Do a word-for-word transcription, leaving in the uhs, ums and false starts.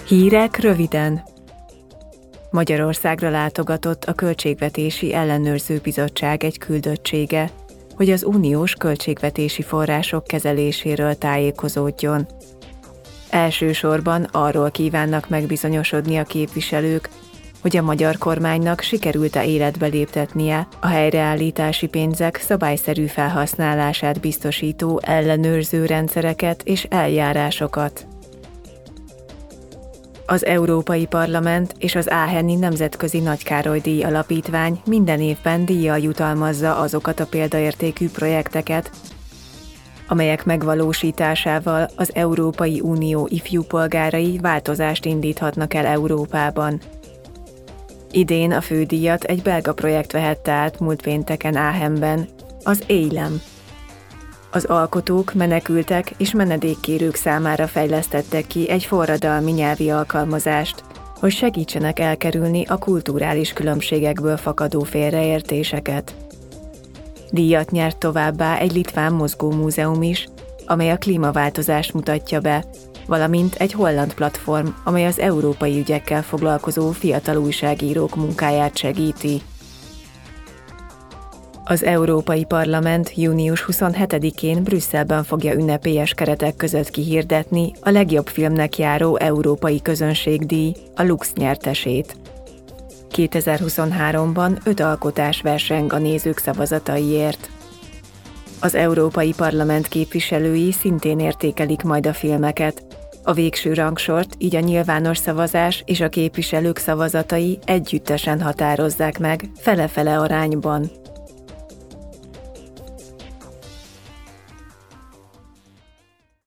Hírek röviden. Magyarországra látogatott a Költségvetési Ellenőrző Bizottság egy küldöttsége, hogy az uniós költségvetési források kezeléséről tájékozódjon. Elsősorban arról kívánnak megbizonyosodni a képviselők, hogy a magyar kormánynak sikerült-e életbe léptetnie a helyreállítási pénzek szabályszerű felhasználását biztosító ellenőrző rendszereket és eljárásokat. Az Európai Parlament és az Aacheni Nemzetközi Nagy Károly-díj Alapítvány minden évben díjjal jutalmazza azokat a példaértékű projekteket, amelyek megvalósításával az Európai Unió ifjú polgárai változást indíthatnak el Európában. Idén a fődíjat egy belga projekt vehette át múlt pénteken Aachenben, az EILEM. Az alkotók menekültek és menedékkérők számára fejlesztettek ki egy forradalmi nyelvi alkalmazást, hogy segítsenek elkerülni a kulturális különbségekből fakadó félreértéseket. Díjat nyert továbbá egy litván mozgómúzeum is, amely a klímaváltozást mutatja be, valamint egy holland platform, amely az európai ügyekkel foglalkozó fiatal újságírók munkáját segíti. Az Európai Parlament június huszonhetedikén Brüsszelben fogja ünnepélyes keretek között kihirdetni a legjobb filmnek járó Európai Közönségdíj, a Lux nyertesét. kétezer-huszonháromban öt alkotás verseng a nézők szavazataiért. Az Európai Parlament képviselői szintén értékelik majd a filmeket. A végső rangsort így a nyilvános szavazás és a képviselők szavazatai együttesen határozzák meg, fele-fele arányban.